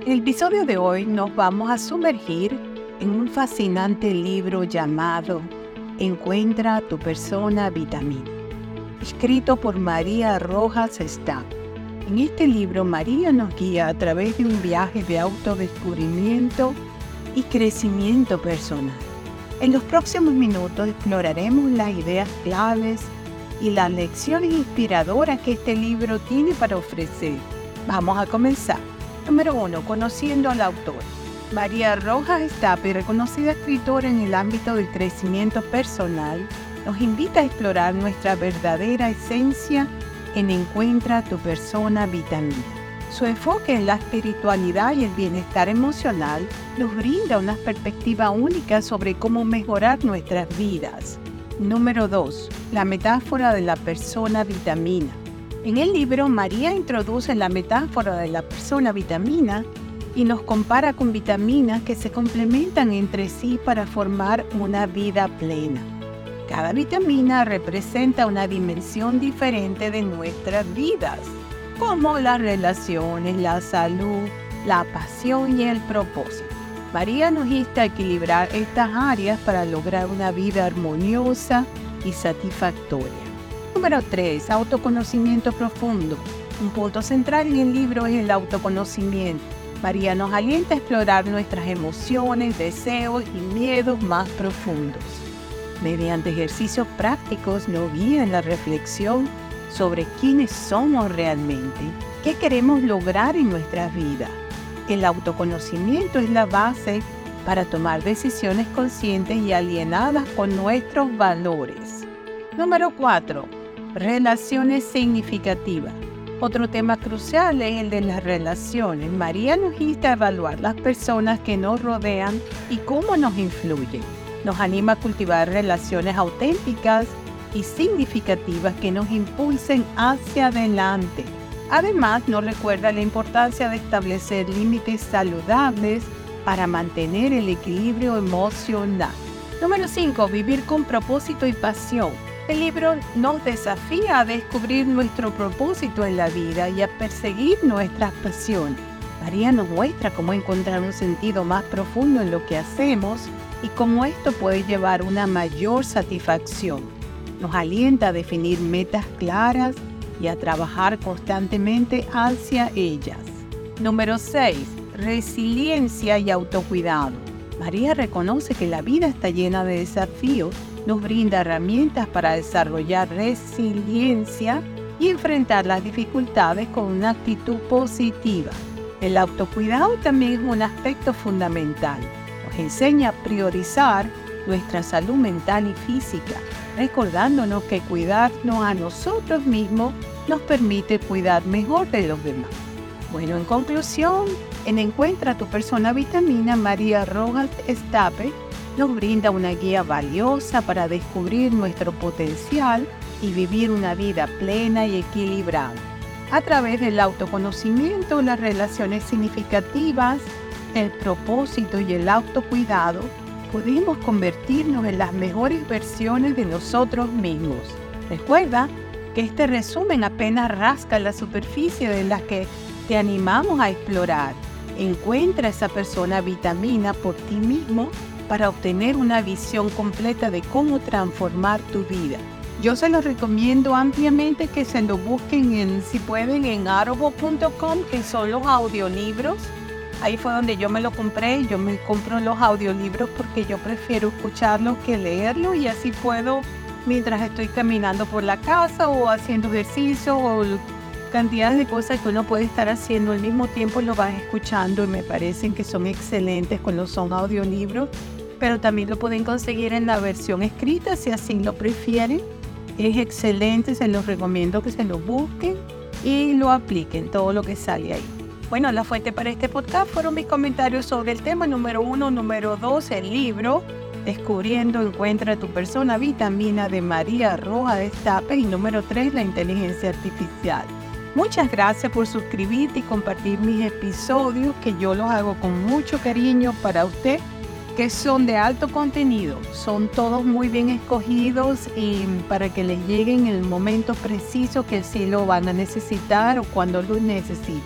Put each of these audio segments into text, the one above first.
En el episodio de hoy nos vamos a sumergir en un fascinante libro llamado Encuentra tu persona vitamina, escrito por María Rojas Stapp. En este libro, María nos guía a través de un viaje de autodescubrimiento y crecimiento personal. En los próximos minutos exploraremos las ideas claves y las lecciones inspiradoras que este libro tiene para ofrecer. Vamos a comenzar. Número 1. Conociendo al autor. María Rojas Stapp, reconocida escritora en el ámbito del crecimiento personal, nos invita a explorar nuestra verdadera esencia en Encuentra tu persona vitamina. Su enfoque en la espiritualidad y el bienestar emocional nos brinda una perspectiva única sobre cómo mejorar nuestras vidas. Número 2. La metáfora de la persona vitamina. En el libro, María introduce la metáfora de la persona vitamina y nos compara con vitaminas que se complementan entre sí para formar una vida plena. Cada vitamina representa una dimensión diferente de nuestras vidas, como las relaciones, la salud, la pasión y el propósito. María nos insta a equilibrar estas áreas para lograr una vida armoniosa y satisfactoria. Número 3. Autoconocimiento profundo. Un punto central en el libro es el autoconocimiento. María nos alienta a explorar nuestras emociones, deseos y miedos más profundos. Mediante ejercicios prácticos nos guía en la reflexión sobre quiénes somos realmente, qué queremos lograr en nuestras vidas. El autoconocimiento es la base para tomar decisiones conscientes y alienadas con nuestros valores. Número 4. Relaciones significativas. Otro tema crucial es el de las relaciones. María nos insta a evaluar las personas que nos rodean y cómo nos influyen. Nos anima a cultivar relaciones auténticas y significativas que nos impulsen hacia adelante. Además, nos recuerda la importancia de establecer límites saludables para mantener el equilibrio emocional. Número 5. Vivir con propósito y pasión. El libro nos desafía a descubrir nuestro propósito en la vida y a perseguir nuestras pasiones. María nos muestra cómo encontrar un sentido más profundo en lo que hacemos y cómo esto puede llevar a una mayor satisfacción. Nos alienta a definir metas claras y a trabajar constantemente hacia ellas. Número 6. Resiliencia y autocuidado. María reconoce que la vida está llena de desafíos, nos brinda herramientas para desarrollar resiliencia y enfrentar las dificultades con una actitud positiva. El autocuidado también es un aspecto fundamental. Nos enseña a priorizar nuestra salud mental y física, recordándonos que cuidarnos a nosotros mismos nos permite cuidar mejor de los demás. Bueno, en conclusión, en Encuentra tu persona vitamina, María Rojas Stapp nos brinda una guía valiosa para descubrir nuestro potencial y vivir una vida plena y equilibrada. A través del autoconocimiento, las relaciones significativas, el propósito y el autocuidado, podemos convertirnos en las mejores versiones de nosotros mismos. Recuerda que este resumen apenas rasca la superficie de la que te animamos a explorar. Encuentra esa persona vitamina por ti mismo para obtener una visión completa de cómo transformar tu vida. Yo se los recomiendo ampliamente que se lo busquen si pueden en audible.com, que son los audiolibros. Ahí fue donde yo me lo compré. Yo me compro los audiolibros porque yo prefiero escucharlos que leerlos, y así puedo, mientras estoy caminando por la casa o haciendo ejercicio o cantidades de cosas que uno puede estar haciendo al mismo tiempo, lo vas escuchando, y me parecen que son excelentes cuando son audiolibros. Pero también lo pueden conseguir en la versión escrita si así lo prefieren. Es excelente, se los recomiendo que se lo busquen y lo apliquen, todo lo que sale ahí. Bueno, la fuente para este podcast fueron mis comentarios sobre el tema número 1, número 2, el libro Descubriendo Encuentra tu persona vitamina de María Rojas Stapp, y número 3, la inteligencia artificial. Muchas gracias por suscribirte y compartir mis episodios, que yo los hago con mucho cariño para usted, que son de alto contenido. Son todos muy bien escogidos y para que les lleguen en el momento preciso que sí lo van a necesitar o cuando lo necesiten.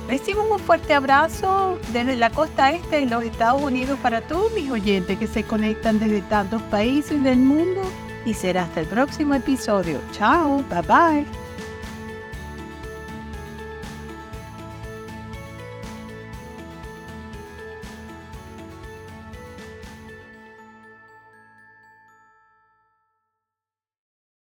Reciban un fuerte abrazo desde la costa este de los Estados Unidos para todos mis oyentes que se conectan desde tantos países del mundo y será hasta el próximo episodio. Chao, bye bye.